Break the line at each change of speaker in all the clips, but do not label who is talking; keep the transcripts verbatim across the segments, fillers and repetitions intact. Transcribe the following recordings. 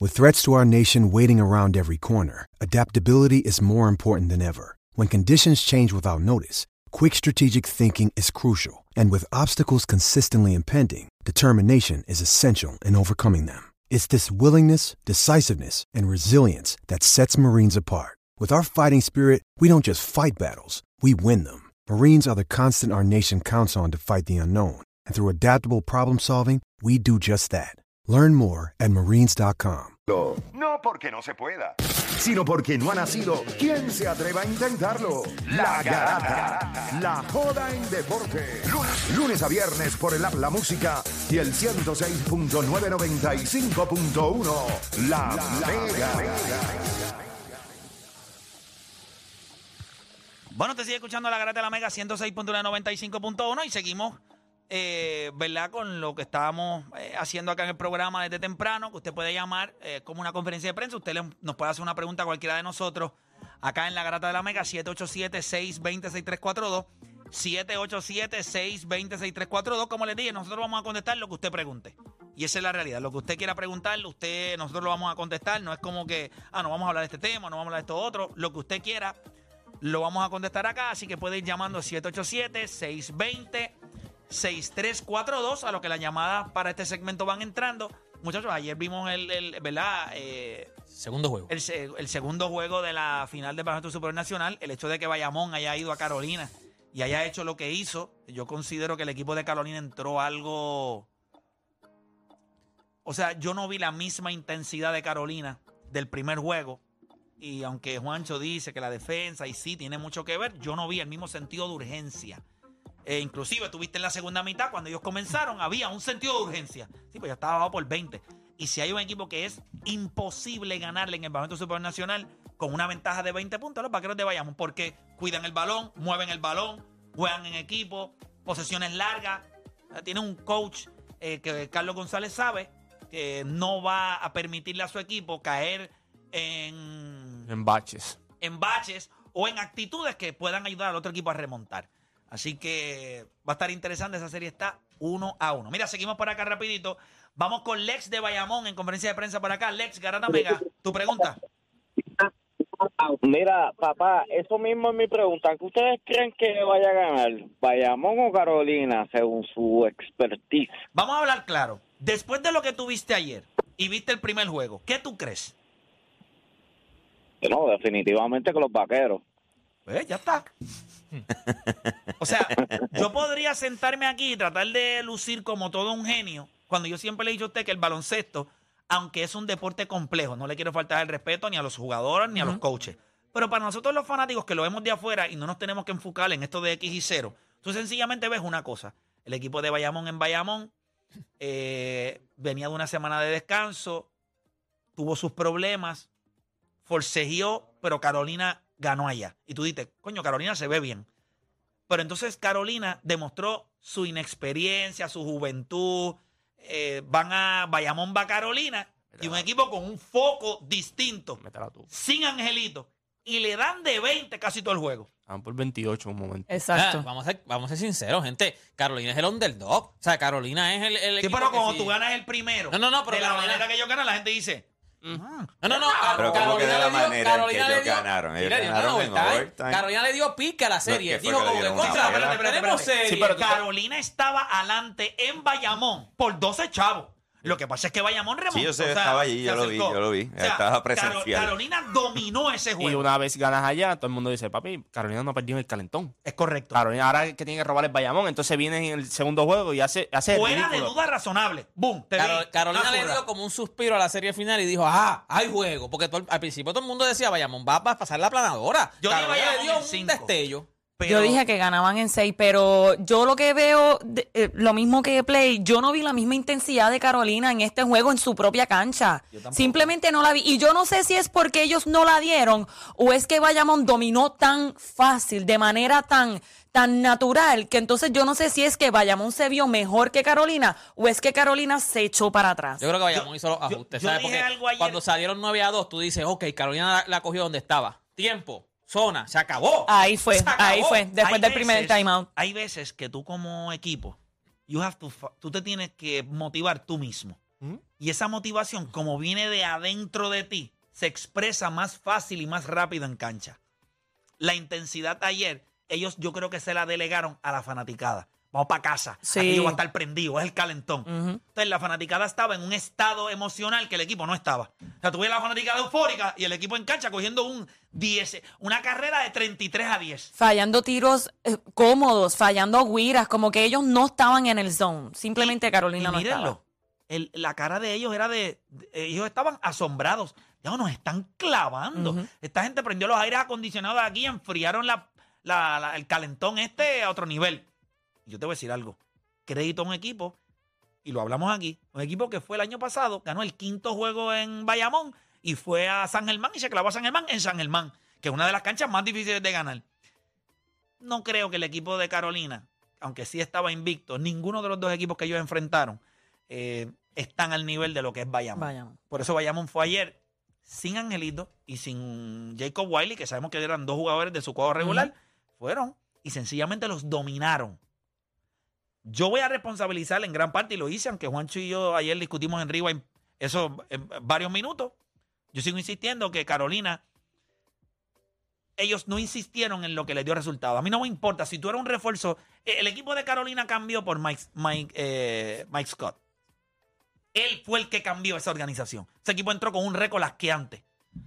With threats to our nation waiting around every corner, adaptability is more important than ever. When conditions change without notice, quick strategic thinking is crucial. And with obstacles consistently impending, determination is essential in overcoming them. It's this willingness, decisiveness, and resilience that sets Marines apart. With our fighting spirit, we don't just fight battles, we win them. Marines are the constant our nation counts on to fight the unknown. And through adaptable problem solving, we do just that. Learn more at marines dot com.
No porque no se pueda, sino porque no ha nacido. ¿Quién se atreva a intentarlo? La Garata, la joda en deporte. Lunes, lunes a viernes por el app La Música y el ciento seis punto nueve noventa y cinco punto uno. La, la Mega.
Bueno, te sigue escuchando La Garata de la Mega ciento seis punto noventa y cinco punto uno y seguimos, eh, ¿verdad? Con lo que estábamos eh, haciendo acá en el programa desde temprano, que usted puede llamar eh, como una conferencia de prensa. Usted le, nos puede hacer una pregunta a cualquiera de nosotros acá en La Garata de la Mega, siete ocho siete, seis dos cero, seis tres cuatro dos, siete ocho siete, seis dos cero, seis tres cuatro dos. Como les dije, nosotros vamos a contestar lo que usted pregunte. Y esa es la realidad. Lo que usted quiera preguntarle, usted, nosotros lo vamos a contestar. No es como que, ah, no vamos a hablar de este tema, no vamos a hablar de esto otro. Lo que usted quiera, lo vamos a contestar acá. Así que puede ir llamando siete ocho siete, seis dos cero, seis tres cuatro dos, a lo que las llamadas para este segmento van entrando. Muchachos, ayer vimos el, el ¿verdad? Eh,
segundo juego.
El, el segundo juego de la final del Baloncesto Superior Nacional. El hecho de que Bayamón haya ido a Carolina y haya hecho lo que hizo, yo considero que el equipo de Carolina entró algo... O sea, yo no vi la misma intensidad de Carolina del primer juego. Y aunque Juancho dice que la defensa, y sí, tiene mucho que ver, yo no vi el mismo sentido de urgencia. Eh, inclusive, tuviste en la segunda mitad, cuando ellos comenzaron, había un sentido de urgencia. Sí, pues ya estaba abajo por veinte. Y si hay un equipo que es imposible ganarle en el Baloncesto Superior Nacional con una ventaja de veinte puntos, los Vaqueros de Bayamón, porque cuidan el balón, mueven el balón, juegan en equipo, posesiones largas. Tiene un coach eh, que Carlos González sabe que no va a permitirle a su equipo caer en...
En baches.
En baches o en actitudes que puedan ayudar al otro equipo a remontar. Así que va a estar interesante. Esa serie está uno a uno. Mira, seguimos por acá rapidito. Vamos con Lex de Bayamón en conferencia de prensa por acá. Lex, Garata Mega, tu pregunta.
Mira, papá, eso mismo es mi pregunta. ¿Qué ustedes creen que vaya a ganar? ¿Bayamón o Carolina, según su expertise?
Vamos a hablar claro. Después de lo que tú viste ayer y viste el primer juego, ¿qué tú crees?
No, definitivamente que los Vaqueros.
Pues ya está. O sea, yo podría sentarme aquí y tratar de lucir como todo un genio, cuando yo siempre le he dicho a usted que el baloncesto, aunque es un deporte complejo, no le quiero faltar el respeto ni a los jugadores ni a los coaches, pero para nosotros los fanáticos que lo vemos de afuera y no nos tenemos que enfocar en esto de X y cero, tú sencillamente ves una cosa. El equipo de Bayamón en Bayamón eh, venía de una semana de descanso, tuvo sus problemas, forcejeó, pero Carolina ganó allá. Y tú dices, coño, Carolina se ve bien. Pero entonces Carolina demostró su inexperiencia, su juventud. Eh, van a Bayamón, va a Carolina. Y un equipo con un foco distinto. Sin Angelito. Y le dan de veinte casi todo el juego.
Van por veintiocho un momento.
Exacto.
Ah, vamos, a ser, vamos a ser sinceros, gente. Carolina es el underdog. O sea, Carolina es el, el
sí,
equipo
pero
que
cuando
sí.
tú ganas el primero,
no, no, no, pero
de la
Carolina...
manera que ellos ganan, la gente dice...
Mm. No, no, no.
Pero como que de la
le dio,
manera
Carolina
en que
le
ellos
dio,
ganaron. Ellos
mira,
ganaron
no,
en
overtime.
overtime.
Carolina le dio pique a la serie.
No, que fue
Dijo
que le
como que
dieron una
contra,
pela.
espérate, tenemos serie.
Sí, pero Carolina estaba adelante en Bayamón por doce chavos. Lo que pasa es que Bayamón remontó.
Sí, yo sé,
o sea,
estaba allí, yo
se
lo vi,
acercó.
yo lo vi.
O sea,
Estaba
Caro-
presencial.
Carolina dominó ese
Y
juego.
una vez ganas allá, todo el mundo dice, papi, Carolina no perdió en el calentón.
Es correcto.
Carolina ahora que tiene que robar el Bayamón, entonces viene en el segundo juego y hace, hace
Fuera de
ridículo.
duda razonable. Boom. Te
Caro-
vi.
Carolina
Una
le
zurra.
dio como un suspiro a la serie final y dijo, ah, hay juego. Porque todo- al principio todo el mundo decía, Bayamón va a pasar la planadora.
Yo di
Carolina
Bayamón
le dio
en
un
cinco.
destello.
Pero-
Yo dije que ganaban en seis, pero yo lo que veo, de- eh, lo mismo que Play, yo no vi la misma intensidad de Carolina en este juego en su propia cancha. Simplemente no la vi. Y yo no sé si es porque ellos no la dieron o es que Bayamón dominó tan fácil, de manera tan, tan natural, que entonces yo no sé si es que Bayamón se vio mejor que Carolina o es que Carolina se echó para atrás.
Yo creo que Bayamón hizo los
yo-
ajustes.
yo
¿sabes?
dije
Porque
algo ayer-
cuando salieron nueve a dos, tú dices, ok, Carolina la, la cogió donde estaba. Tiempo, zona, se acabó.
Ahí fue,
Se acabó.
ahí fue, después
Hay
del primer
veces-
timeout.
Hay veces que tú como equipo, you have to, fa- tú te tienes que motivar tú mismo. ¿Mm? Y esa motivación, como viene de adentro de ti, se expresa más fácil y más rápido en cancha. La intensidad ayer, ellos yo creo que se la delegaron a la fanaticada. Vamos para casa.
Sí.
Aquello va a estar prendido, es el calentón.
Ujú.
Entonces la fanaticada estaba en un estado emocional que el equipo no estaba. O sea, tuve la fanaticada eufórica y el equipo en cancha cogiendo un diez, una carrera de treinta y tres a diez.
Fallando tiros eh, cómodos, fallando guiras, como que ellos no estaban en el zone. Simplemente Carolina
Y
no
mírenlo,
estaba.
el- la cara de ellos era de, de- ellos estaban asombrados. Ya nos están clavando.
Ujú.
Esta gente prendió los aires acondicionados aquí y enfriaron la, la- la- el calentón este a otro nivel. Y yo te voy a decir algo. Crédito a un equipo, y lo hablamos aquí, un equipo que fue el año pasado, ganó el quinto juego en Bayamón y fue a San Germán y se clavó a San Germán en San Germán, que es una de las canchas más difíciles de ganar. No creo que el equipo de Carolina, aunque sí estaba invicto, ninguno de los dos equipos que ellos enfrentaron eh, están al nivel de lo que es Bayamón.
Bayamón.
Por eso Bayamón fue ayer sin Angelito y sin Jacob Wiley, que sabemos que eran dos jugadores de su cuadro regular. Uh-huh. Fueron y sencillamente los dominaron. Yo voy a responsabilizar en gran parte, y lo hice, aunque Juancho y yo ayer discutimos en Rewind eso en varios minutos. Yo sigo insistiendo que Carolina, ellos no insistieron en lo que les dio resultado. A mí no me importa. Si tú eres un refuerzo, el equipo de Carolina cambió por Mike, Mike, eh, Mike Scott. Él fue el que cambió esa organización. Ese equipo entró con un récord asqueante.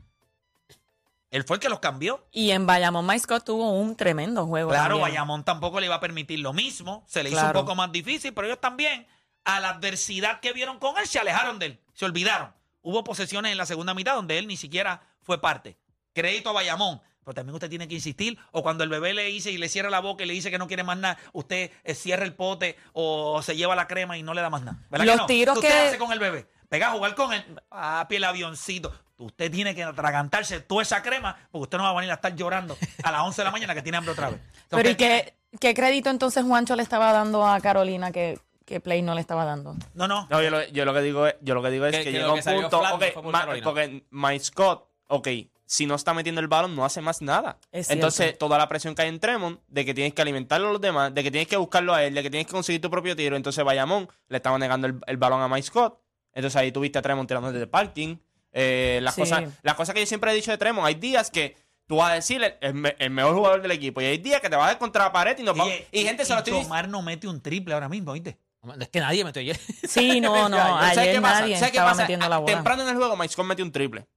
Él fue el que los cambió.
Y en Bayamón, Mike Scott tuvo un tremendo juego.
Claro,
también.
Bayamón tampoco le iba a permitir lo mismo. Se le hizo
Claro.
un poco más difícil, pero ellos también, a la adversidad que vieron con él, se alejaron de él. Se olvidaron. Hubo posesiones en la segunda mitad donde él ni siquiera fue parte. Crédito a Bayamón. Pero también usted tiene que insistir. O cuando el bebé le dice y le cierra la boca y le dice que no quiere más nada, usted eh, cierra el pote o se lleva la crema y no le da más nada. ¿Verdad
Los
que no?
tiros
¿Qué usted
que-
hace con el bebé? Pega a jugar con él. Ah, piel avioncito. Usted tiene que atragantarse toda esa crema porque usted no va a venir a estar llorando a las once de la mañana que tiene hambre otra vez.
Pero
Usted
¿y qué, qué crédito entonces Juancho le estaba dando a Carolina que, que Play no le estaba dando?
No, no.
No, yo lo, yo lo que digo es, yo lo que digo es
Que-
que,
que
llega
lo
un
que salió
punto,
flat no
ok,
fue por
Ma-
Carolina.
porque Mike Scott, ok, si no está metiendo el balón, no hace más nada.
Es
Entonces,
cierto.
toda la presión que hay en Tremont, de que tienes que alimentarlo a los demás, de que tienes que buscarlo a él, de que tienes que conseguir tu propio tiro. Entonces, Bayamón le estaba negando el, el balón a Mike Scott. Entonces, ahí tuviste a Tremont tirando desde el parking. Eh, las,
Sí.
cosas, las cosas que yo siempre he dicho de Tremont, hay días que tú vas a decirle el, me- el mejor jugador del equipo, y hay días que te vas a dar contra la pared y, nos vamos-
Oye,
y gente se lo estoy diciendo.
Omar no mete un triple ahora mismo, ¿viste?
Es que nadie metió ayer.
Sí, no, no.
¿Sabes
Ayer
qué pasa?
nadie
¿Sabes qué
estaba
pasa?
metiendo la bola.
Temprano en el juego, Mike Scott metió un triple.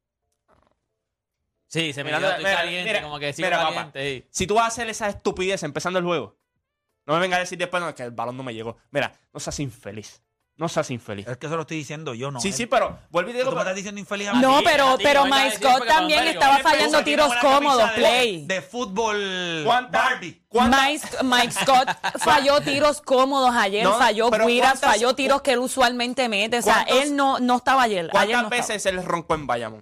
Sí, se me
Mira,
quedó
mira,
caliente,
mira,
como que sigo
mira, papá.
caliente. sí.
Si tú vas a hacer esa estupidez empezando el juego, no me vengas a decir después no, que el balón no me llegó. Mira, no seas infeliz. No seas infeliz.
Es que eso lo estoy diciendo yo, no.
sí,
él.
sí, pero vuelvo y te
¿Tú
digo.
me
pero-
estás diciendo infeliz a mí?
No,
Sí,
pero,
a ti,
pero
ahorita
Mike
decía
Scott
porque con
también
América,
estaba
él
fallando
Tiene
tiros
una camisa
cómodos,
de-
Play.
De fútbol
¿Cuánta-
Barbie.
cuánta-
Mike, Mike Scott falló tiros cómodos ayer,
No,
falló
pero
guiras,
¿cuántas-
falló tiros que él usualmente mete. O sea,
¿Cuántos-
él no, no estaba ayer. Ayer
¿Cuántas
no
veces
estaba.
él roncó en Bayamón?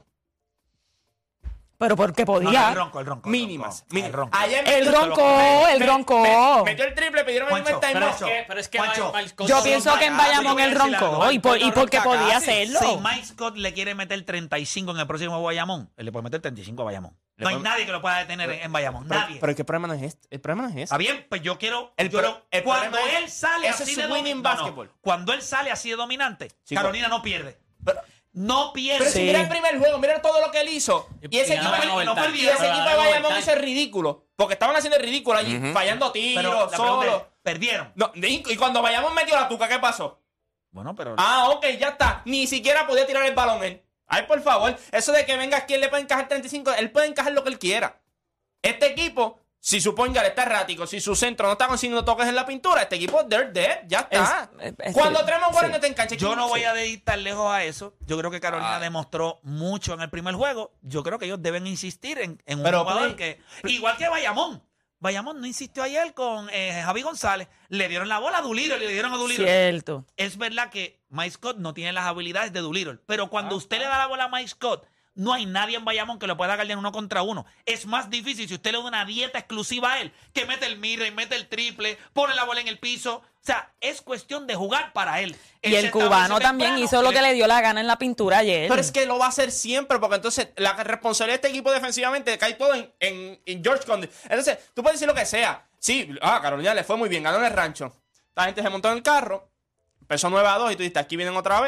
Pero porque
No, no,
podía.
el ronco, el ronco. el
Mínimas.
ronco,
mínimas.
El ronco.
Ayer
El
metió-
roncó, el
me-
roncó.
me- Metió el triple, pidieron el
Juancho,
time
pero
out.
eso-
Que- Pero es que
Juancho,
Mike Scott
Yo
no
pienso
ronca
que en
casi.
Bayamón
voy a
él
decir algo.
roncó y, por- y porque
Ronca
podía
casi.
hacerlo.
Si Mike Scott le quiere meter treinta y cinco en el próximo Bayamón, él le puede meter treinta y cinco a Bayamón.
Le
No hay
puede-
nadie que lo pueda detener en, en Bayamón.
Pero,
Nadie.
pero es que el problema no es este. El problema no es este.
Está bien, pues yo quiero.
El
yo
pro-
lo-
el
cuando
problema
él
es-
sale
ese
así
es
de
su winning
dominante.
basketball.
Cuando él sale así de dominante,
Sí,
Carolina no pierde.
Pero-
No pierde.
Pero si
Sí.
mira el primer juego, mira todo lo que él hizo.
Y-
Y ese
y
equipo,
ganaron
y
overtime.
perdieron.
ese
Pero
equipo de
ganaron
Bayamón
overtime.
hizo el ridículo. Porque estaban haciendo el ridículo allí, fallando
Pero
tiros,
la pregunta es,
solo.
perdieron.
No, y, y cuando Bayamón metió la tuca, ¿qué pasó?
Bueno, pero.
Ah, ok, ya está. Ni siquiera podía tirar el balón él. Ay, por favor. Eso de que venga aquí, él le puede encajar treinta y cinco. Él puede encajar lo que él quiera. Este equipo, si su point guard está errático, si su centro no está consiguiendo toques en la pintura, este equipo, they're dead. Ya está.
Es- es-
Cuando
sí,
Tremont Waters
sí.
no te engancha.
Yo
¿quién
no voy
sí?
a ir tan lejos a eso. Yo creo que Carolina
Ah.
demostró mucho en el primer juego. Yo creo que ellos deben insistir en, en un
Pero,
jugador
Play-
que. Igual que Bayamón. Bayamón no insistió ayer con eh, Javi González. Le dieron la bola a Doolittle, le dieron a Doolittle.
Cierto.
Es verdad que Mike Scott no tiene las habilidades de Doolittle, pero cuando
Ah,
usted le da la bola a Mike Scott, no hay nadie en Bayamón que lo pueda guardar uno contra uno. Es más difícil si usted le da una dieta exclusiva a él, que mete el mid-range, mete el triple, pone la bola en el piso. O sea, es cuestión de jugar para él.
Y
Él
el
se
cubano
establece
también
temprano,
hizo lo
él-
que le dio la gana en la pintura ayer.
Pero es que lo va a hacer siempre, porque entonces la responsabilidad de este equipo defensivamente cae todo en, en, en George Conde. Entonces, tú puedes decir lo que sea. Sí, ah, Carolina le fue muy bien, ganó en el rancho. La gente se montó en el carro, empezó nueve a dos y tú dijiste, aquí vienen otra vez.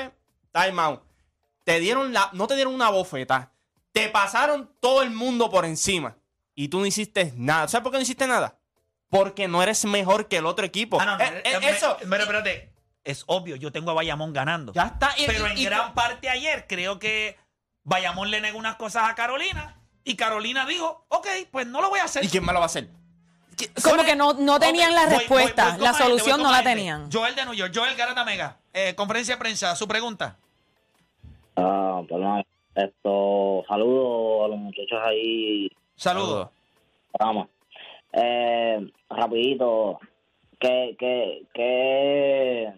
time out. Te dieron la, no te dieron una bofeta. Te pasaron todo el mundo por encima. Y tú no hiciste nada. ¿Sabes por qué no hiciste nada? Porque no eres mejor que el otro equipo.
Ah, no, no,
Eh,
eh,
eh,
me-
eso.
Pero espérate, es obvio, yo tengo a Bayamón ganando.
Ya está. Y-
Pero
y-
en
y-
gran parte ayer creo que Bayamón le negó unas cosas a Carolina y Carolina dijo, ok, pues no lo voy a hacer.
¿Y quién más lo va a hacer? ¿Qui-
Como
Sone-
que no, no tenían
Ok,
la
voy- voy-
respuesta,
voy con
la
gente,
solución
voy
no
con
la
gente.
tenían.
Joel de New York, Joel Garata Mega, eh, conferencia de prensa, su pregunta.
Ah, perdón. Esto, saludos a los muchachos ahí.
Saludos.
Vamos. Eh, rapidito, ¿qué, qué, qué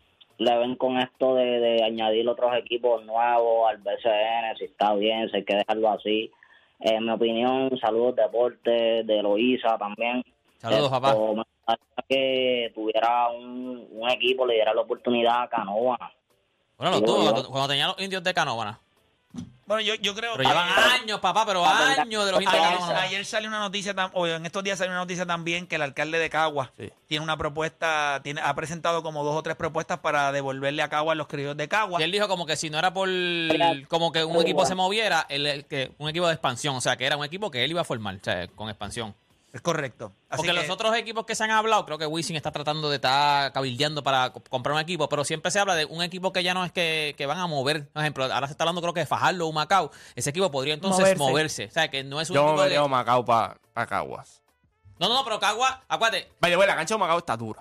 le ven con esto de, de añadir otros equipos nuevos al B C N? Si está bien, si hay que dejarlo así. En mi opinión, saludos Deporte, de Loíza también.
Saludos,
Esto,
papá.
Me gustaría que tuviera un, un equipo, le diera la oportunidad a Canóvana.
Bueno, lo
Yo-
tuvo
yo-
cuando, cuando tenían los indios de Canóvana.
Bueno, yo, yo creo
Pero llevan años, papá, pero años de los indios de
Ayer,
Canóvana.
ayer salió una noticia, tam- o en estos días salió una noticia también que el alcalde de Cagua
Sí.
tiene una propuesta, tiene, ha presentado como dos o tres propuestas para devolverle a Cagua a los criollos de Cagua.
Y él dijo como que si no era por como que un equipo se moviera, él, él- que un equipo de expansión, o sea, que era un equipo que él iba a formar, o sea, con expansión.
Es correcto. Así
Porque
que-
los otros equipos que se han hablado, creo que Wisin está tratando de estar cabildeando para co- comprar un equipo, pero siempre se habla de un equipo que ya no es que, que van a mover. Por ejemplo, ahora se está hablando creo que de Fajardo o Macao. Ese equipo podría entonces
Moverse.
moverse. O sea, que no es un
Yo
equipo
me
de...
veo Macao para pa Caguas.
No, no, no, pero Cagua, acuérdate,
Vaya, bueno, la cancha de Macao está dura.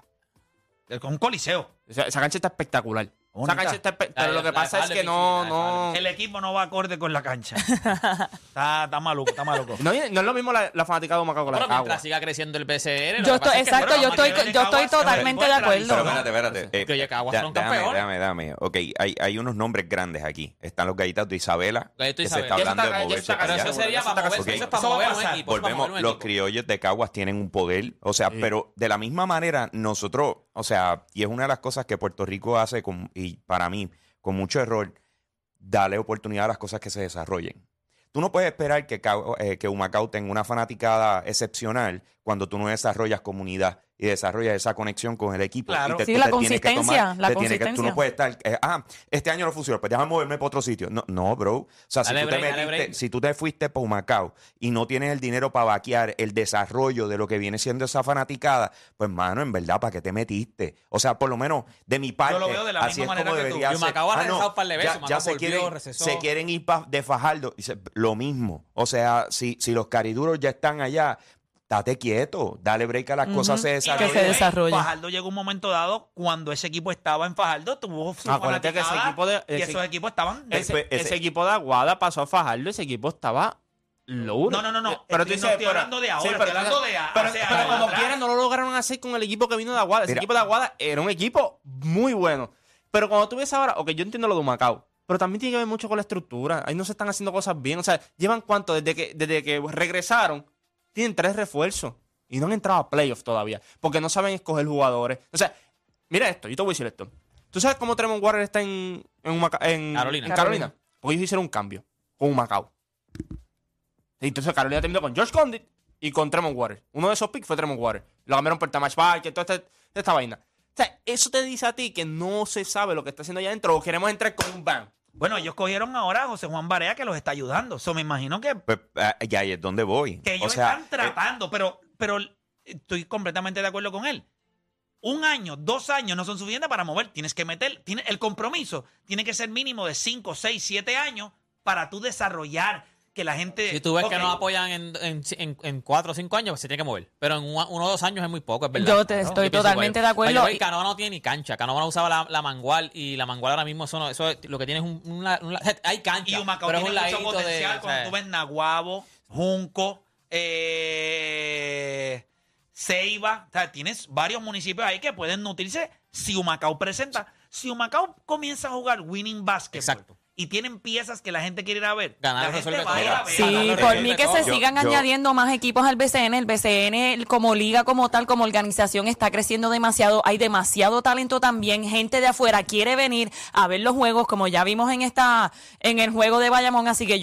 con un coliseo.
Esa, esa cancha está espectacular.
Bonita.
Esa cancha está espe-
La
Pero
de-
lo que
la de
pasa es
Fajardo
que
es
no,
difícil, la de
no.
El equipo no va acorde con la cancha. está, está maluco, está maluco.
No, no es lo mismo la, la fanática de Macao con la
pero
de
mientras
Cagua.
siga creciendo el B C N. lo
Yo
que pasa
estoy,
es que,
exacto,
bueno,
yo
vamos a
estoy,
nivel de
yo estoy
Caguas, se
totalmente de
ve
acuerdo.
Pero
¿no?
espérate, espérate. Eh,
Que oye, Caguas
da-
fueron
déjame,
campeones.
déjame, déjame. Ok, hay, hay unos nombres grandes aquí. Están los galletitos de Isabela,
Gallito
que
Isabela.
se está
Eso
hablando
está-
de
eso
moverse
está
para
Pero
allá.
eso sería
Eso
para
está
mover,
casi
eso es para
Eso va a
mover un
pasar.
equipo. eso es para
Volvemos,
mover un
los
equipo.
criollos de Caguas tienen un poder, o sea, pero de la misma manera nosotros, o sea, y es una de las cosas que Puerto Rico hace, con, y para mí, con mucho error, darle oportunidad a las cosas que se desarrollen. Tú no puedes esperar que, Cagua- eh, que Humacao tenga una fanaticada excepcional cuando tú no desarrollas comunidad y desarrollas esa conexión con el equipo.
Claro.
Y te-
Sí,
tú
la
te tienes que
consistencia,
tomar-
la
te tienes que- tú
consistencia.
no puedes estar, eh, ah, este año no funcionó, pues déjame moverme para otro sitio. No, no, bro. O sea, si
Dale
tú, te
break, dale
metiste-
break.
si tú te fuiste para Humacao y no tienes el dinero para vaquear el desarrollo de lo que viene siendo esa fanaticada, pues, mano, en verdad, ¿para qué te metiste? O sea, por lo menos de mi parte,
lo veo de la
así
misma
es como
manera que tú.
debería
Y
ser.
Humacao ha
Ah, no,
regresado un par de veces,
ya-
Humacao
ya se
volvió,
quieren,
recesó.
se quieren ir pa- de Fajardo. Dice, lo mismo. O sea, si, si los cariduros ya están allá, date quieto, dale break a las cosas se
Y
desarrollen.
Que se desarrolle.
Fajardo llegó un momento dado cuando ese equipo estaba en Fajardo, tuvo su
Acuérdate que ese
fanaticada,
equipo de-
y
ese-
esos equipos estaban...
ese-
Ese,
Ese-
ese equipo de Aguada pasó a Fajardo, ese equipo estaba duro.
No, no, no, no.
Eh, Pero tú
Estoy-
dices,
no estoy
pero-
hablando de ahora,
sí,
estoy
pero-
hablando de a-
Pero,
hace
pero
años
como
atrás.
quiera, no lo lograron hacer con el equipo que vino de Aguada. Ese
Mira.
equipo de Aguada era un equipo muy bueno. Pero cuando tú ves ahora, ok, yo entiendo lo de Humacao, pero también tiene que ver mucho con la estructura. Ahí no se están haciendo cosas bien. O sea, llevan cuánto, desde que, desde que regresaron, tienen tres refuerzos. Y no han entrado a playoffs todavía. Porque no saben escoger jugadores. O sea, mira esto, yo te voy a decir esto. ¿Tú sabes cómo Tremont Waters está en, en, Humaca- en-
Carolina.
en Carolina? Porque ellos hicieron un cambio con Humacao. Y entonces Carolina terminó con George Condit y con Tremont Waters. Uno de esos picks fue Tremont Waters. Lo cambiaron por Tamach Parker, toda esta, esta vaina. O sea, eso te dice a ti que no se sabe lo que está haciendo allá adentro o queremos entrar con un ban.
Bueno, ellos cogieron ahora a José Juan Barea que los está ayudando. Eso me imagino que,
Pues, ah, ya ahí es donde voy.
que ellos
o sea,
están tratando, pero, pero estoy completamente de acuerdo con él. Un año, dos años no son suficientes para mover. Tienes que meter, tiene, el compromiso tiene que ser mínimo de cinco, seis, siete años para tú desarrollar que la gente...
Si tú ves que
Ok,
no apoyan en, en, en, en cuatro o cinco años, pues se tiene que mover. Pero en un- uno o dos años es muy poco, es verdad.
Yo te estoy
Yo pienso
totalmente
igual.
de acuerdo.
By the way, Canóvana no tiene ni cancha. Canóvana usaba la, la mangual y la mangual ahora mismo eso, no- eso es- lo que tiene es un, un- un- hay cancha.
Y Humacao
pero es
tiene
un
mucho
ladito
potencial
de, o
cuando
sea,
tú ves Naguabo, Junco, eh, Ceiba. O sea, tienes varios municipios ahí que pueden nutrirse si Humacao presenta. Si Humacao comienza a jugar winning basketball
Exacto.
y tienen piezas que la gente quiere ir a ver,
Ganar
la gente
resuelve
va a ir
todo.
a ver.
Sí,
Ganar
por
resuelve
mí que
todo.
se
Yo-
sigan
yo-
añadiendo más equipos al B C N. El B C N como liga, como tal, como organización está creciendo demasiado. Hay demasiado talento también. Gente de afuera quiere venir a ver los juegos, como ya vimos en esta en el juego de Bayamón. Así que yo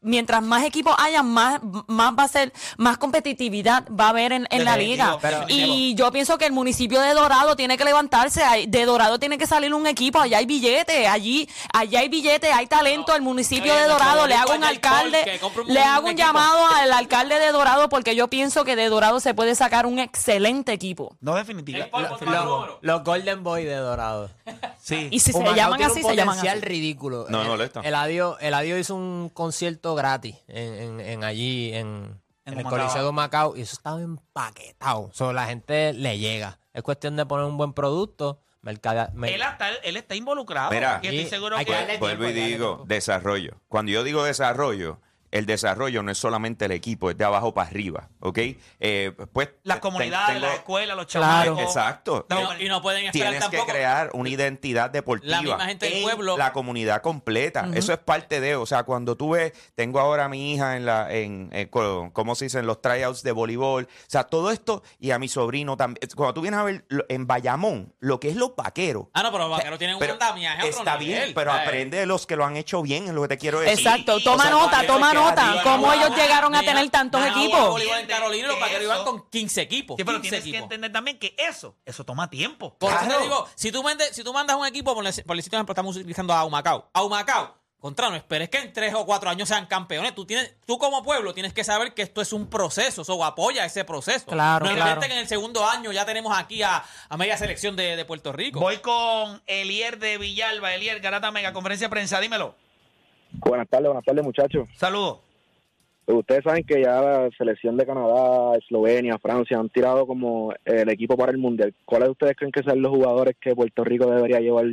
mientras más equipos haya, más, más va a ser, más competitividad va a haber en, en la liga.
Pero,
y yo pienso que el municipio de Dorado tiene que levantarse, hay- de Dorado tiene que salir un equipo, allá hay billetes, allí, allá hay billetes, hay talento, el municipio
Oye,
de
nuestro
Dorado, le
boricua
hago un
Jay Paul,
alcalde,
que compre un-
le
un
hago un
equipo.
llamado al alcalde de Dorado porque yo pienso que de Dorado se puede sacar un excelente equipo.
No, definitiva.
Jay Paul,
La-
ponte
la-
el número.
Los Golden Boy de Dorado.
Sí.
Y si se
Humacao
llaman
tiene
así,
un
se llaman
potencial
así.
ridículo.
No,
El-
molesto.
Eladio, Eladio hizo un concierto gratis en, en, en allí, en,
En
en el
Humacao.
Coliseo de Macao, y eso estaba empaquetado. O sea, la gente le llega. Es cuestión de poner un buen producto. Mercada, mer-
Él, está, él está involucrado.
Mira.
y estoy
Sí,
seguro
hay
que...
que darle
Vuelvo y
tiempo, hay que darle
digo,
tiempo.
desarrollo. Cuando yo digo desarrollo, el desarrollo no es solamente el equipo, es de abajo para arriba, ¿ok? Eh, pues
Las
te-
comunidades,
tengo-
las escuelas, los
Claro.
chamacos.
Exacto.
Y no, y no pueden esperar
Tienes que
tampoco.
crear una identidad deportiva
La misma gente del
en
pueblo.
la comunidad completa. Eso es parte de, o sea, cuando tú ves, tengo ahora a mi hija en la, en, en co- ¿cómo se dice? En los tryouts de voleibol. O sea, todo esto y a mi sobrino también. Cuando tú vienes a ver lo- en Bayamón, lo que es los vaqueros.
Ah, no, pero los vaqueros tienen un
Pero
andamiaje a otro
está
nivel.
bien, pero
Eh,
aprende de los que lo han hecho bien, es lo que te quiero decir.
Exacto, toma
O sea,
nota,
cuando
toma
te quedas
nota.
ahí,
¿Cómo
ah,
ellos llegaron a
Mira,
tener tantos
van a jugar
equipos?
voleibol en Carolina y los vaqueros
Eso-
iban con quince equipos.
Sí, pero
quince
tienes que
equipos.
entender también que eso, eso toma tiempo.
Por eso
Claro.
te digo, si tú, mandes, si tú mandas un equipo, por, por decir, por ejemplo, estamos utilizando a Humacao. A Humacao, contra, no esperes que en tres o cuatro años sean campeones. Tú tienes, tú como pueblo tienes que saber que esto es un proceso, o apoya ese proceso.
Claro,
no es
claro.
que en el segundo año ya tenemos aquí a, a media selección de, de Puerto Rico.
Voy con Elier de Villalba. Elier, Garata Mega, conferencia de prensa, dímelo.
Buenas tardes, buenas tardes, muchachos.
Saludos.
Pues ustedes saben que ya la selección de Canadá, Eslovenia, Francia han tirado como el equipo para el Mundial. ¿Cuáles de ustedes creen que sean los jugadores que Puerto Rico debería llevar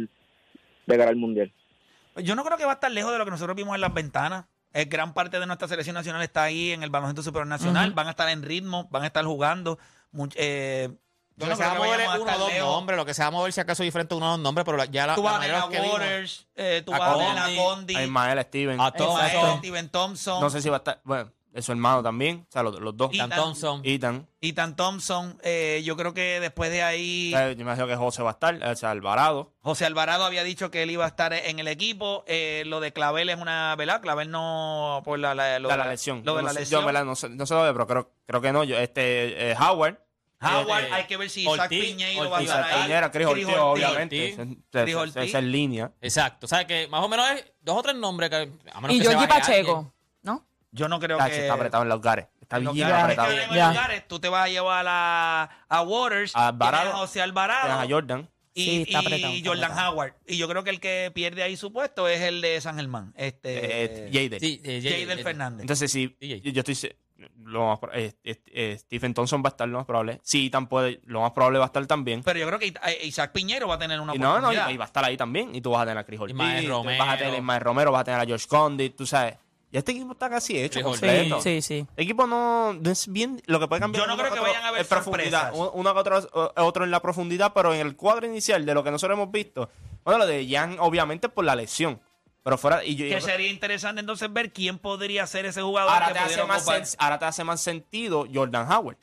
de cara al Mundial?
Yo no creo que va a estar lejos de lo que nosotros vimos en las ventanas. Eh, gran parte de nuestra selección nacional está ahí en el baloncesto superior nacional.
Ujú.
Van a estar en ritmo, van a estar jugando. Much- eh, yo
Lo
no
que se va
creo
a
que
mover es
vayamos a
uno o
estar
dos
lejos.
nombres, lo que se va a mover si acaso es diferente uno o dos nombres, pero la- ya la,
Tú
la
vas a tener
mayoría
a
de los que vimos-
Waters, eh, tú
A
vas a tener
Condi,
a Condi,
a Ismael Steven.
A
a
Thompson.
Steven Thompson,
No sé si va a estar. Bueno, es su hermano también. O sea, los, los dos.
Y-
Ethan Thompson.
Ethan.
Ethan Thompson. Eh, yo creo que después de ahí,
Eh, Yo me imagino que José va a estar. O sea, Alvarado.
José Alvarado había dicho que él iba a estar en el equipo. Eh, lo de Clavel es una, ¿verdad? Clavel no, por la, la- lo
La,
de
la lesión.
Lo de
Yo
la
no sé-
lesión.
Yo, en verdad, no sé, no sé lo de, pero creo, creo que no. Yo, este, eh, Howard.
Howard,
Eh,
hay que ver si Isaac
Ortiz,
Piñeiro va a
Ortiz,
estar
Isaac
ahí.
Piñera, Cris
Cris
Ortiz,
Ortiz.
obviamente.
Ortiz.
Esa-
Cris
esa-
Ortiz.
Esa es línea.
Exacto. O sea, que más o menos es dos o tres nombres que. A menos
Y
que se
Georgie
baje
Pacheco,
alguien.
¿no?
Yo no creo
Tacho,
que...
está apretado en los lugares. Está
en los
bien
lugares
apretado.
que tenemos en
Ya.
lugares, tú te vas a llevar a, a Waters,
A Alvarado.
tienes a José Alvarado
Tienes a Jordan.
y,
Sí, está
y
apretado, está
Jordan
apretado.
Howard. Y yo creo que el que pierde ahí su puesto es el de San Germán, este
Eh, Jader.
Sí, eh,
Jader
Jader.
Fernández.
Entonces, si
D J.
yo, yo estoy se- lo más, pro- eh, eh, eh, Stephen Thompson va a estar lo más probable. Si Ethan puede, lo más probable va a estar también.
Pero yo creo que eh, Isaac Piñero va a tener una
Y no, no, y,
oportunidad.
y va a estar ahí también. Y tú vas a tener a Chris Ortiz,
Ismael
tú
Romero.
vas a tener a Ismael Romero, vas a tener a George Condit, tú sabes. Y este equipo está casi hecho,
Chris Ortiz.
completo.
Sí, sí.
El equipo no, no es bien. Lo que puede cambiar.
Yo no
uno
creo que
otro
vayan a haber
es profundidad.
sorpresas.
Uno que otro, eh, otro en la profundidad, pero en el cuadro inicial de lo que nosotros hemos visto. Bueno, lo de Jan, obviamente, por la lesión. Pero fuera. Y yo,
Que
yo-
sería interesante entonces ver quién podría ser ese jugador
ahora,
que
te hace
pudiera
más
ocupar.
sen- ahora te hace más sentido Jordan Howard.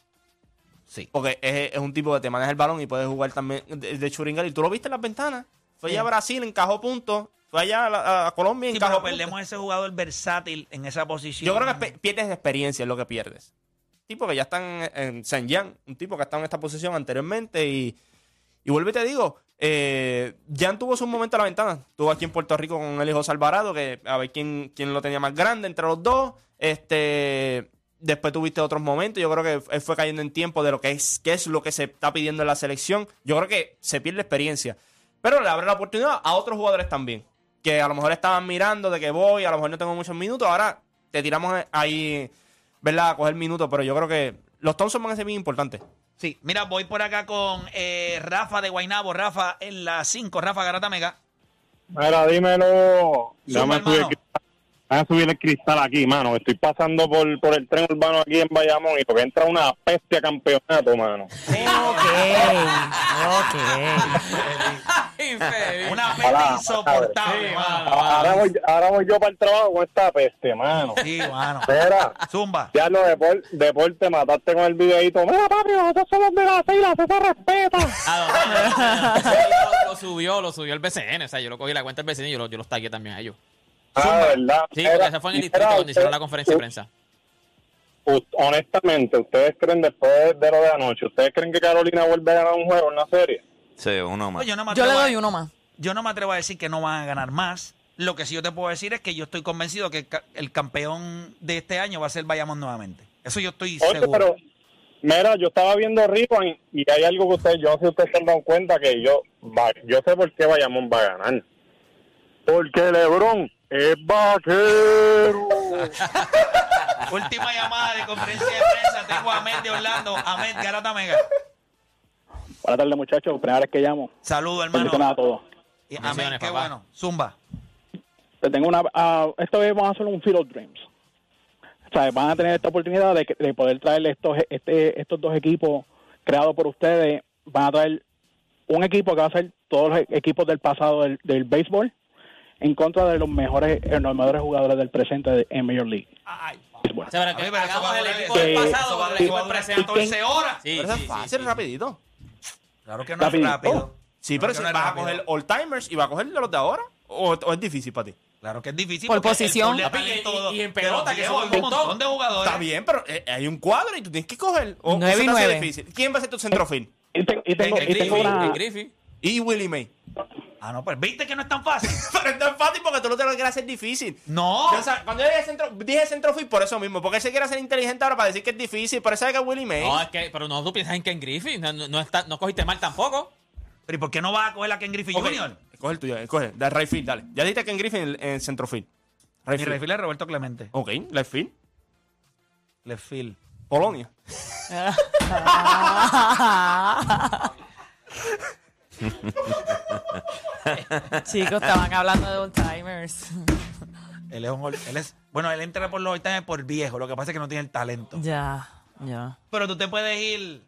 Sí.
Porque es, es un tipo que te maneja el balón y puede jugar también de, de churingal. Y tú lo viste en las ventanas. Fue
Sí.
allá a Brasil, encajó puntos. Fue allá a, la- a Colombia,
Sí,
encajó
pero
puntos.
perdemos ese jugador versátil en esa posición.
Yo creo que pe- pierdes experiencia, es lo que pierdes. Tipo que ya están en, en Saint Jan, un tipo que ha estado en esta posición anteriormente. Y, y vuelvo y te digo, eh, Jan tuvo su momento a la ventana. Estuvo aquí en Puerto Rico con el hijo Alvarado, que a ver quién, quién lo tenía más grande entre los dos. Este. Después tuviste otros momentos. Yo creo que él fue cayendo en tiempo de lo que es, qué es lo que se está pidiendo en la selección. Yo creo que se pierde experiencia. Pero le abre la oportunidad a otros jugadores también. Que a lo mejor estaban mirando de que voy, a lo mejor no tengo muchos minutos. Ahora te tiramos ahí, ¿verdad? A coger minutos. Pero yo creo que los Thompson van a ser bien importantes.
Sí, mira, voy por acá con eh, Rafa de Guaynabo. Rafa en la cinco. Rafa Garata Mega.
Mira, dímelo.
Zumba,
Déjame subir, el
hermano.
cristal- déjame subir el cristal aquí, mano. Estoy pasando por, por el tren urbano aquí en Bayamón y porque entra una peste a campeonato, mano.
Ok, ok.
Infeliz.
Una peste
Hola,
insoportable,
Sí,
mano.
Ahora voy, ahora voy yo para el trabajo con esta peste, mano.
Sí, mano.
Espera,
Zumba.
ya no depor- deporte, mataste con el videito. Mira, papi, nosotros somos de la isla, se se respeta.
Ah, no, no, no, no, lo, lo subió, lo subió el B C N. O sea, yo lo cogí la cuenta del B C N y yo lo, yo los tagué también a ellos.
Ah, ¿verdad?
Sí, porque ese fue en el distrito
Era,
donde hicieron
usted-
la conferencia de prensa.
u- honestamente, ¿ustedes creen después de lo de anoche, ¿ustedes creen que Carolina vuelve a ganar un juego en la serie?
Sí, uno más.
Pues yo, no me
Yo le
atrevo a-
doy uno más.
yo no me atrevo a decir que no van a ganar más. Lo que sí yo te puedo decir es que yo estoy convencido que ca- el campeón de este año va a ser Bayamón nuevamente. Eso yo estoy
Oye,
seguro.
pero, mira, yo estaba viendo Ribbon y hay algo que ustedes, yo no sé si ustedes se han dado cuenta que yo, va- yo sé por qué Bayamón va a ganar. Porque LeBron es vaquero.
Última llamada de conferencia de prensa. Tengo a Ahmed de Orlando. Ahmed, Garata Mega.
Buenas tardes, muchachos. Primera vez que llamo.
Saludos, hermano.
Bendiciones a todos.
Y Ahmed,
Bendiciones,
qué
papá.
bueno. Zumba.
Te tengo una. Uh, esta vez vamos a hacer un Field of Dreams. O sea, van a tener esta oportunidad de, que- de poder traerle estos, este, estos dos equipos creados por ustedes. Van a traer un equipo que va a ser todos los equipos del pasado del, del béisbol en contra de los mejores, eh, los mejores jugadores del presente de- en Major League.
Ay,
Béisbol.
O sea, pero que
Ay, pero eso
hagamos
va a
el
durar-
equipo del
Eh,
pasado
eso va a
con el
durar
equipo del presente.
catorce horas.
Sí,
Pero eso
sí,
es
sí,
fácil,
sí.
rapidito.
Claro que no es
Rapidito.
rápido.
Sí,
Claro
pero
que
si
no es
vas a
rápido.
coger all-timers y vas a coger de los de ahora, ¿o, o es difícil para ti?
Claro que es difícil.
Por
porque el
posición.
pool de
Papi, y-
talento
y- y en
de los
pelota, que
viejos
son
hay
un
un
montón.
montón de jugadores.
Está bien, pero eh, hay un cuadro y tú tienes que coger. O, o
Nueve
se
y
te hace
nueve.
difícil. ¿Quién va a ser tu centrofield?
Y, te- y tengo,
En
y tengo
Griffey,
una.
En Griffith.
Y Willie May.
Ah, no, pues viste que no es tan fácil.
Pero es tan fácil porque tú lo te lo quieres hacer difícil.
No.
O sea, cuando yo dije, centro, dije centrofield por eso mismo, porque él se quiere hacer inteligente ahora para decir que es difícil, por eso es que es Willie May.
No, es que, pero no, tú piensas en Ken Griffith. No, no, no está, no cogiste mal tampoco.
Pero ¿y por qué no vas a coger a Ken Griffey
Ok,
Junior?
Coge el tuyo, eh, coge, de right field, dale. Ya dijiste que en Griffin en, en centrofield.
Mi
Right field.
refil es Roberto Clemente.
Ok, left field.
Left field.
Polonia.
Chicos, estaban hablando de old timers.
Él es un ol- él es, bueno, él entra por los old por viejo. Lo que pasa es que no tiene el talento.
Ya, ya.
Pero tú te puedes ir.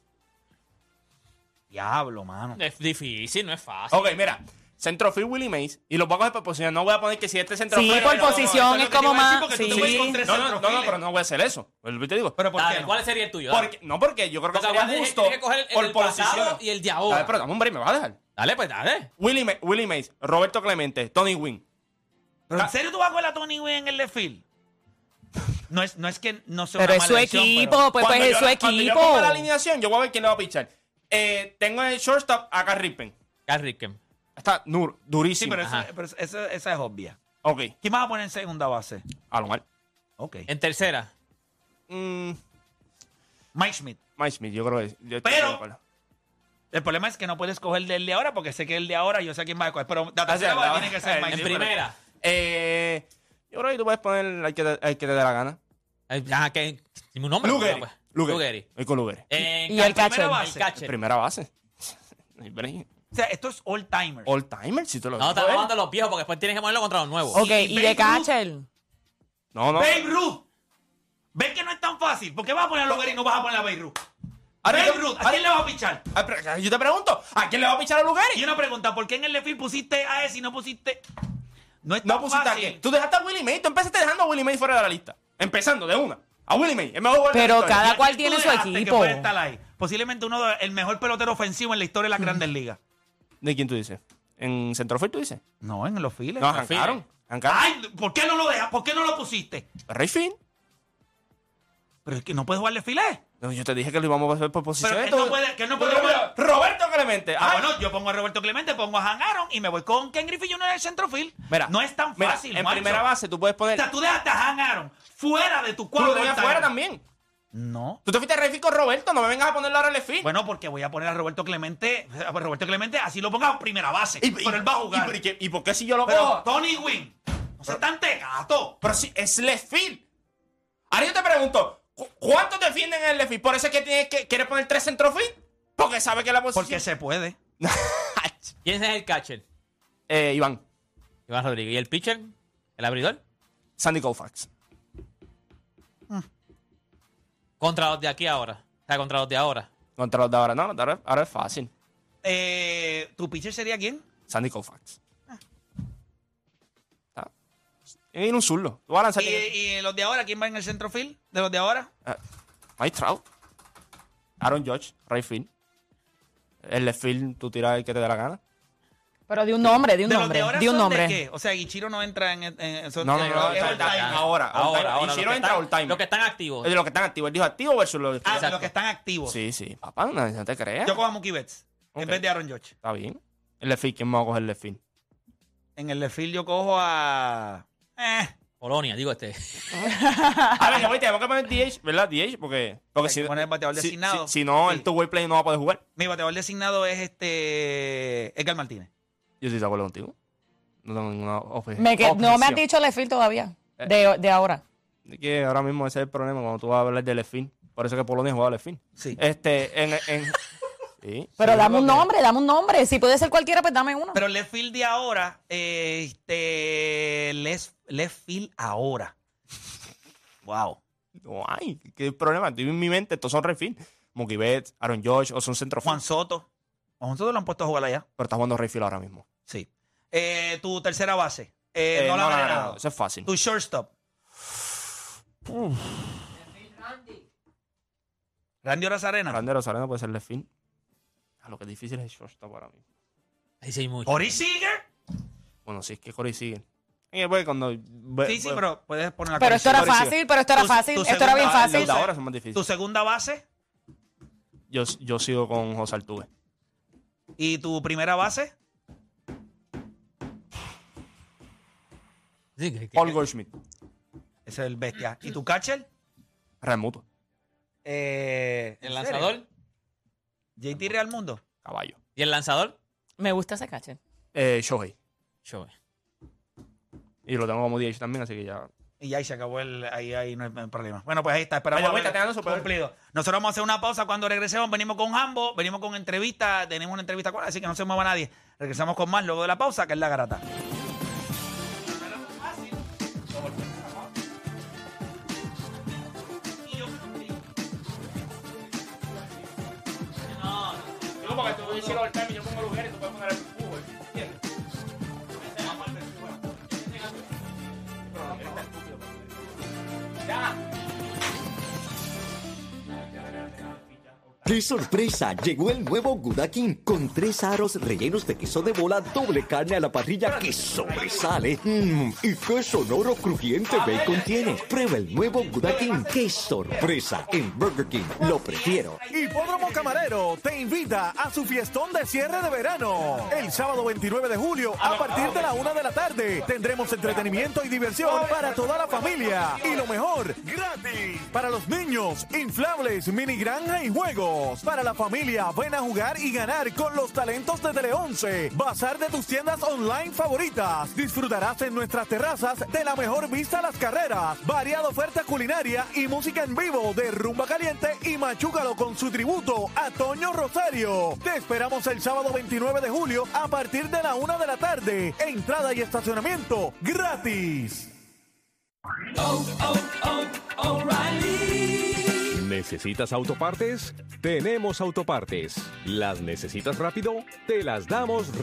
Diablo, mano.
Es difícil, no es fácil.
Ok, mira. Centrofield Willie Mays. Y los voy a coger por posición. No voy a poner que si este centrofield.
Sí, por
no, no,
posición
esto
es
lo que te
como
iba a decir,
más.
porque tú te
Sí.
puedes ir con tres
No, no, no, no,
centrofiles.
pero no voy a hacer eso. Vuelvo y te digo.
Pero ¿por
Dale,
qué no?
¿cuál sería el tuyo? Dale.
Porque, no, porque yo creo que
Porque
sería
acuérdate que
justo
tienes que coger el
por
del
posición.
pasado y el de ahora.
Dale, pero dame, hombre, me va a dejar.
Dale, pues dale.
Willie, May- Willie Mays, Roberto Clemente, Tony Wynn.
¿Pero en serio tú vas a coger a Tony Wynn en el left field? No es, no es que no sea
Pero
una
es su
mala elección,
equipo,
pero-
pues, pues
Cuando
es
yo-
su
Cuando yo
equipo.
ponga la alineación, yo voy a ver quién le va a pichar. Eh, tengo en el shortstop a Carl Rippen.
Carl Ripken.
Está nur-
Sí,
durísimo.
pero, eso,
Ajá.
pero eso- esa, esa es obvia.
Ok,
¿Quién vas a poner en segunda base?
a lo mal.
Ok.
En tercera.
Mm,
Mike Schmidt.
Mike Smith, yo creo que yo estoy
Pero-
de acuerdo.
El problema es que no puedes coger del de ahora porque sé que el de ahora yo sé quién va a coger. Pero la tercera
Ah, sí,
base
la-
tiene que ser
eh,
Mike
En
Schmidt.
primera.
Eh, yo creo que tú puedes poner al que te, al que te dé la gana.
Eh, Ah, que. Dime un nombre.
Lugeri.
pues.
Lugeri.
Lugeri.
Voy con Lugeri.
En
Y
ca-
el catcher.
primera
base.
El catcher.
Primera base. No hay break.
O sea, esto es all timer.
All timer, si te lo
No,
digo,
estamos
eh.
hablando de los viejos porque después tienes que ponerlo contra los nuevos.
Ok,
Y
y
Babe
de catcher.
No, no.
Babe Ruth. ¿Ves que no es tan fácil? ¿Por qué vas a poner a Lugeri y no vas a poner a Babe Ruth?
Ahora
Babe
yo-
Ruth, ¿a
ahora-
quién le vas a pichar?
Ah, pero yo te pregunto, ¿a quién le va a pichar a Lugeri?
Y una pregunta, ¿por qué en el left field pusiste a ese y no pusiste...? No es tan
No pusiste a
fácil.
quién. Tú dejaste a Willie May. Tú empezaste dejando a Willie May fuera de la lista. Empezando de una. A Willie May. El mejor jugador de la
Pero
historia.
cada
¿Y a
cual
quién
tiene
tú
su
dejaste que
equipo.
puede estar ahí? Posiblemente uno de el mejor pelotero ofensivo en la historia de las grandes ligas.
¿De quién tú dices? ¿En Centrofield tú dices?
No, en los files.
No, arrancaron. Arrancaron.
Ay, ¿por qué no lo dejas? ¿Por qué no lo pusiste?
Rayfield.
Pero es que no puedes jugarle filé.
No, yo te dije que lo íbamos a hacer por posición.
Pero él no puede, que él no puede
Pero,
jugar.
Roberto Clemente.
Ah,
Ay,
bueno, yo pongo a Roberto Clemente, pongo a Han Aaron y me voy con Ken Griffey junior en el centrofield.
Mira,
no es tan
mira,
fácil,
en
Juancho.
primera base tú puedes
O
poner.
sea, tú dejaste a Han Aaron fuera de tu
Tú
cuadro.
lo tenías
all-time.
fuera también.
No.
Tú te fuiste a Rayfield con Roberto. No me vengas a ponerlo ahora en el field.
Bueno, porque voy a poner a Roberto Clemente, a Roberto Clemente, así lo ponga a primera base. pero él va a jugar.
¿Y, y, y por qué si yo lo
Pero
cojo?
Tony Wynn, no seas tan tecato.
Pero si es left field. Ahora yo te pregunto, ¿cu- ¿cuántos defienden en el left field? Por eso es que tienes que quieres poner tres centrofield. Porque sabe que la posición.
Porque se puede.
¿Quién es el catcher?
eh, Iván,
Iván Rodríguez. ¿Y el pitcher? ¿El abridor?
Sandy Koufax.
Contra los de aquí ahora. O sea, contra los de ahora.
Contra los de ahora. No, ahora, ahora es fácil.
Eh, ¿Tu pitcher sería quién?
Sandy Koufax. Está. En un zurdo. Tú vas a lanzar.
¿Y, y los de ahora? ¿Quién va en el centrofield? ¿De los de ahora?
Uh, Mike Trout. Aaron Judge. Right field. El left field tú tiras el que te dé la gana.
Pero de un nombre, de un
¿De los
nombre,
de ahora
de un
son
nombre.
de qué? O sea, Ichiro no entra en... en, en eso,
No, no,
eh,
no,
es
no,
all time.
ahora,
Ahora, ahora.
Ichiro
los que
entra
están-
all time.
Los que están activos.
Es de los que están activos. Él dijo activo versus los...
Ah, de
Exacto.
los que están activos.
Sí, sí. Papá, no, no te creas.
Yo cojo a Mookie Betts en
Ok.
vez de Aaron Judge.
Está bien. El left field, ¿quién me va a coger el left field?
En el left field yo cojo a... Eh,
Polonia, digo este.
A ver, ahorita tenemos que poner D H, ¿verdad? D H, porque... porque
hay
si,
que poner bateador
si,
designado.
si, si no,
Sí.
el two-way play no va a poder jugar.
Mi bateador designado es este... Edgar Martínez.
Yo estoy de acuerdo contigo. No tengo ninguna ofe-
Me que- no me has
objeción.
dicho el feel todavía,
Eh.
de, de ahora.
Es que ahora mismo ese es el problema cuando tú vas a hablar del left field. Por eso que Polonia juega left field.
Sí.
Este, en... en sí.
Pero
Sí,
dame un
porque-
nombre, dame un nombre. Si puede ser cualquiera, pues dame uno.
Pero el left field de ahora, eh, este... Left, left field ahora. Wow.
No hay. ¿Qué problema? Estoy en mi mente. Estos son left field. Mookie Betts, Aaron Judge o son centrofield.
Juan Soto. A Juan Soto lo han puesto a jugar allá.
Pero está jugando right field ahora mismo.
Sí. Eh, tu tercera base. Eh,
Eh,
no la
no,
han
no, no,
ganado.
no, eso es fácil.
Tu shortstop. Randy Arozarena.
Randy Arozarena puede ser left field. A lo que es difícil es el shortstop para mí.
Ahí sí hay mucho.
Corey Seager.
Bueno, sí, es que Corey sigue. Eh, pues, cuando,
Sí, sí, pero puedes poner la
Pero
Corey
esto era
Seager.
fácil, pero esto era
Tu-
fácil.
tu
Esto era bien
segunda-
fácil.
Los de ahora son más difíciles.
Tu segunda base
Yo, yo sigo con José Altuve.
y tu primera base.
Sí, que- que-
Paul Goldschmidt.
Ese es el bestia. ¿Y tu catcher?
Remuto.
Eh,
¿El
¿en
lanzador?
serio? J T Real Mundo.
Caballo.
¿Y el lanzador?
Me gusta ese catcher.
Eh, Shohei.
Shohei.
Y lo tengo como D H también, así que ya.
Y ya ahí se acabó el. Ahí, ahí no hay no hay problema. Bueno, pues ahí está. Esperamos
Vaya,
haber
vuelta, te dando su poder.
cumplido. Nosotros vamos a hacer una pausa cuando regresemos. Venimos con Jambo, venimos con entrevista. Tenemos una entrevista con él, así que no se mueva nadie. Regresamos con más luego de la pausa, que es la garata.
No, porque tú hicieron el time y yo pongo lugar y tú puedes poner el fútbol. ¿Entiendes?
¡Qué sorpresa! Llegó el nuevo Gouda King con tres aros rellenos de queso de bola, doble carne a la parrilla que sobresale. Mmm, y qué sonoro crujiente bacon tiene. Prueba el nuevo Gouda King. ¡Qué sorpresa! En Burger King lo prefiero.
Hipódromo Camarero te invita a su fiestón de cierre de verano. El sábado veintinueve de julio, a partir de la una de la tarde, tendremos entretenimiento y diversión para toda la familia. Y lo mejor, gratis. Para los niños, inflables, mini granja y juegos. Para la familia, ven a jugar y ganar con los talentos de Tele once. Bazar de tus tiendas online favoritas. Disfrutarás en nuestras terrazas de la mejor vista a las carreras. Variada oferta culinaria y música en vivo de Rumba Caliente y Machúcalo con su tributo a Toño Rosario. Te esperamos el sábado veintinueve de julio a partir de la una de la tarde. Entrada y estacionamiento gratis.
¿Necesitas autopartes? Tenemos autopartes. ¿Las necesitas rápido? Te las damos rápido.